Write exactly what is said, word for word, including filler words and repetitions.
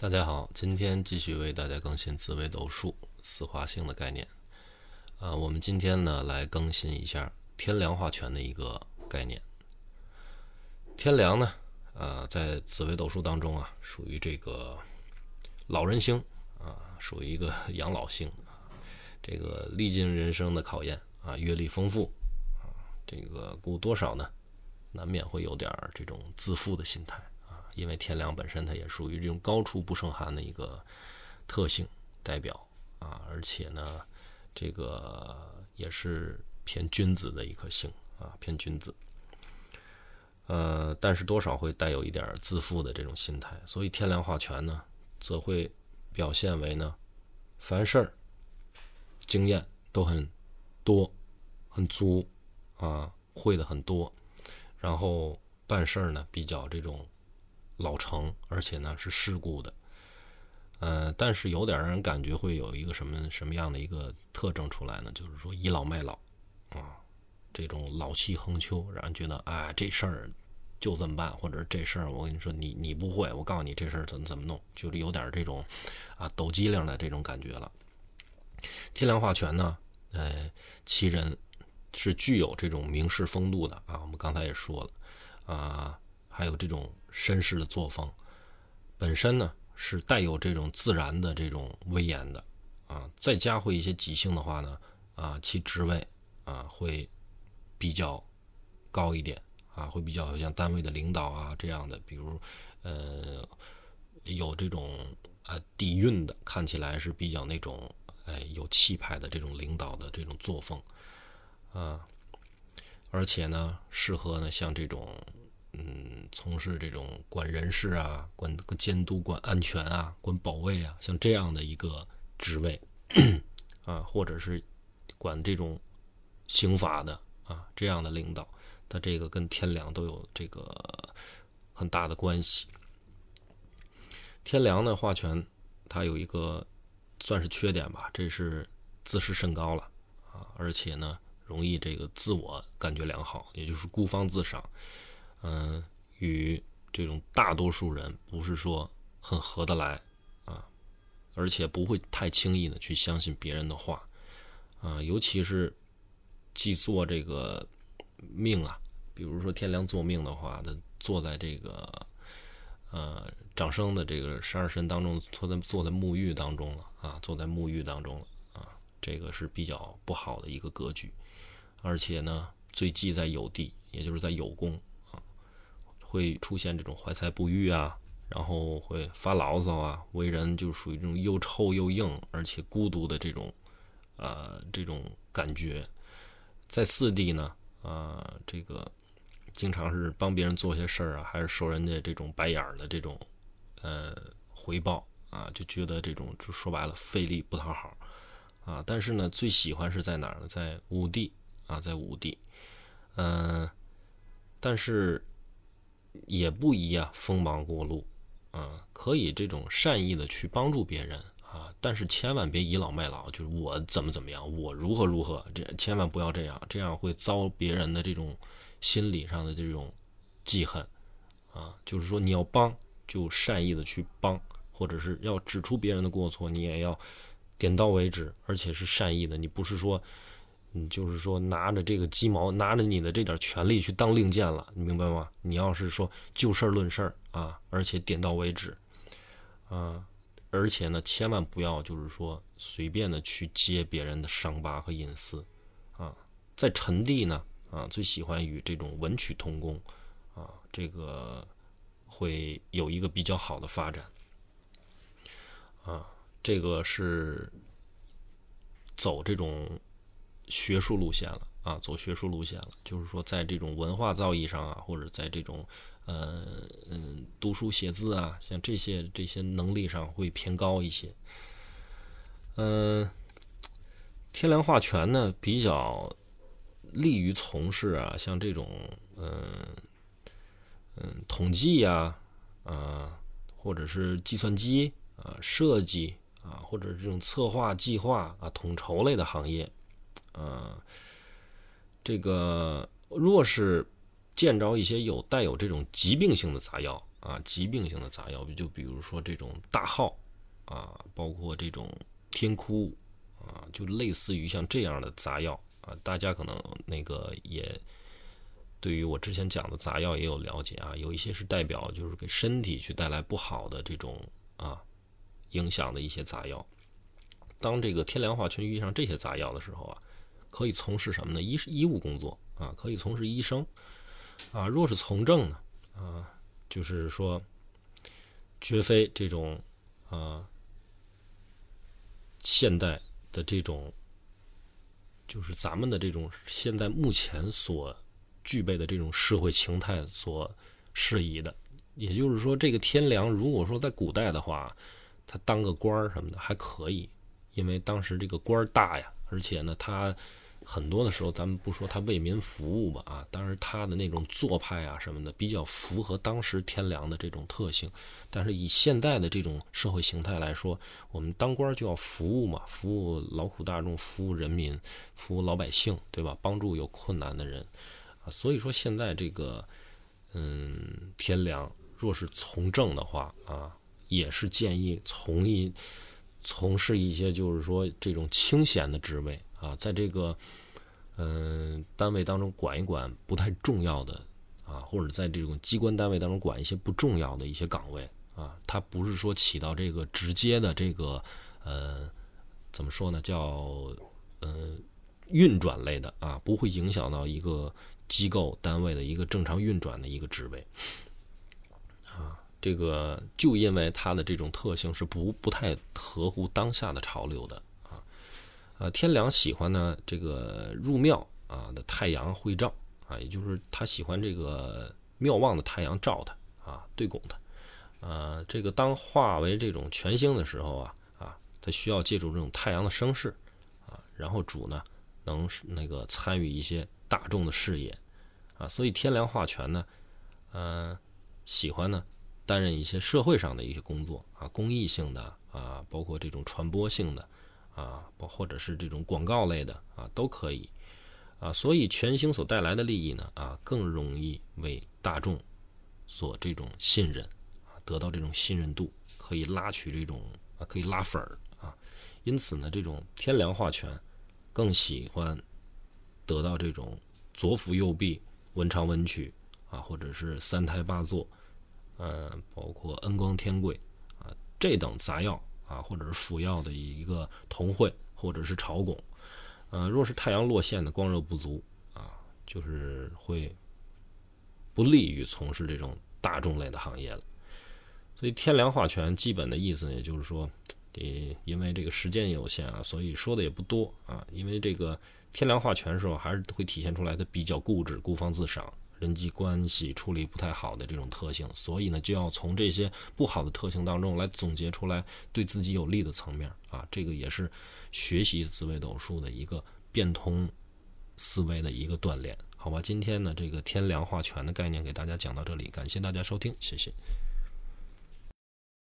大家好，今天继续为大家更新紫微斗数四化星的概念。啊，我们今天呢来更新一下天梁化权的一个概念。天梁呢，啊，在紫微斗数当中啊，属于这个老人星啊，属于一个养老星，这个历经人生的考验啊，阅历丰富啊，这个故多少呢，难免会有点这种自负的心态。因为天梁本身它也属于这种高处不胜寒的一个特性代表啊，而且呢，这个也是偏君子的一颗星啊，偏君子。呃，但是多少会带有一点自负的这种心态，所以天梁化权呢，则会表现为呢，凡事儿经验都很多、很足啊，会的很多，然后办事儿呢比较这种老成，而且呢是世故的，呃，但是有点让人感觉会有一个什么什么样的一个特征出来呢？就是说倚老卖老啊，这种老气横秋，让人觉得啊这事儿就这么办，或者这事儿我跟你说你你不会，我告诉你这事儿怎么怎么弄，就是有点这种啊抖机灵的这种感觉了。天梁化权呢，呃，其人是具有这种名士风度的啊，我们刚才也说了啊，还有这种绅士的作风，本身呢是带有这种自然的这种威严的啊，再加会一些即兴的话呢啊，其职位啊会比较高一点啊，会比较像单位的领导啊这样的，比如呃有这种啊底蕴的，看起来是比较那种哎有气派的这种领导的这种作风啊，而且呢适合呢像这种嗯，从事这种管人事啊、管监督、管安全啊、管保卫啊，像这样的一个职位啊，或者是管这种刑法的啊这样的领导，他这个跟天梁都有这个很大的关系。天梁的化权，它有一个算是缺点吧，这是自视甚高了啊，而且呢，容易这个自我感觉良好，也就是孤芳自赏。嗯，与这种大多数人不是说很合得来啊，而且不会太轻易的去相信别人的话啊，尤其是既做这个命啊，比如说天梁做命的话，他坐在这个呃长生的这个十二神当中，坐在坐在沐浴当中了啊，坐在沐浴当中了啊，这个是比较不好的一个格局，而且呢，最忌在酉地，也就是在酉宫。会出现这种怀才不遇啊，然后会发牢骚啊，为人就属于这种又臭又硬，而且孤独的这种，呃，这种感觉。在四地呢，啊、呃，这个经常是帮别人做些事儿啊，还是受人家这种白眼的这种，呃，回报啊，就觉得这种就说白了费力不讨好啊。但是呢，最喜欢是在哪儿呢？在五地啊，在五地，嗯、呃，但是也不宜啊锋芒过露啊，可以这种善意的去帮助别人啊，但是千万别倚老卖老，就是我怎么怎么样，我如何如何，这千万不要这样，这样会遭别人的这种心理上的这种记恨啊。就是说你要帮，就善意的去帮，或者是要指出别人的过错，你也要点到为止，而且是善意的，你不是说。你就是说拿着这个鸡毛，拿着你的这点权利去当令箭了，你明白吗？你要是说就事论事啊，而且点到为止啊，而且呢，千万不要就是说随便的去揭别人的伤疤和隐私啊。在辰地呢啊，最喜欢与这种文曲同工啊，这个会有一个比较好的发展啊。这个是走这种学术路线了啊，走学术路线了，就是说在这种文化造诣上啊，或者在这种呃嗯读书写字啊，像这些这些能力上会偏高一些。嗯、呃，天梁化权呢比较利于从事啊，像这种嗯嗯统计呀啊、呃，或者是计算机啊、设计啊，或者这种策划计划啊统筹类的行业。呃，这个若是见着一些有带有这种疾病性的杂药啊，疾病性的杂药，就比如说这种大号啊，包括这种天枯啊，就类似于像这样的杂药啊，大家可能那个也对于我之前讲的杂药也有了解啊，有一些是代表就是给身体去带来不好的这种啊影响的一些杂药。当这个天梁化权遇上这些杂药的时候啊，可以从事什么呢？医医务工作啊，可以从事医生啊。若是从政呢啊，就是说绝非这种啊现代的这种，就是咱们的这种现在目前所具备的这种社会形态所适宜的。也就是说，这个天梁如果说在古代的话，他当个官儿什么的还可以，因为当时这个官儿大呀，而且呢，他很多的时候，咱们不说他为民服务吧，啊，当然他的那种做派啊什么的，比较符合当时天梁的这种特性。但是以现在的这种社会形态来说，我们当官就要服务嘛，服务劳苦大众，服务人民，服务老百姓，对吧？帮助有困难的人啊。所以说现在这个，嗯，天梁若是从政的话啊，也是建议从一从事一些就是说这种清闲的职位啊，在这个嗯、呃、单位当中管一管不太重要的啊，或者在这种机关单位当中管一些不重要的一些岗位啊，它不是说起到这个直接的这个呃怎么说呢，叫呃运转类的啊，不会影响到一个机构单位的一个正常运转的一个职位啊。这个就因为它的这种特性是不不太合乎当下的潮流的啊。呃，天梁喜欢呢这个入庙啊的太阳会照啊，也就是他喜欢这个庙望的太阳照他啊，对拱他。呃，这个当化为这种全星的时候啊啊，他需要借助这种太阳的声势啊，然后主呢能那个参与一些大众的事业啊，所以天梁化权呢，呃，喜欢呢担任一些社会上的一些工作啊，公益性的啊，包括这种传播性的啊，或者是这种广告类的啊，都可以啊。所以权星所带来的利益呢啊，更容易为大众所这种信任啊，得到这种信任度，可以拉取这种啊，可以拉粉儿啊。因此呢，这种天梁化权更喜欢得到这种左辅右弼、文昌文曲啊，或者是三胎八座。呃，包括恩光天贵啊这等杂药啊，或者是辅药的一个同会，或者是朝拱。呃，若是太阳落陷的光热不足啊，就是会不利于从事这种大众类的行业了。所以天梁化权基本的意思，也就是说，呃，因为这个时间有限啊，所以说的也不多啊。因为这个天梁化权的时候，还是会体现出来的比较固执、孤芳自赏。人际关系处理不太好的这种特性，所以呢，就要从这些不好的特性当中来总结出来对自己有利的层面啊，这个也是学习紫微斗数的一个变通思维的一个锻炼，好吧？今天呢，这个天梁化权的概念给大家讲到这里，感谢大家收听，谢谢。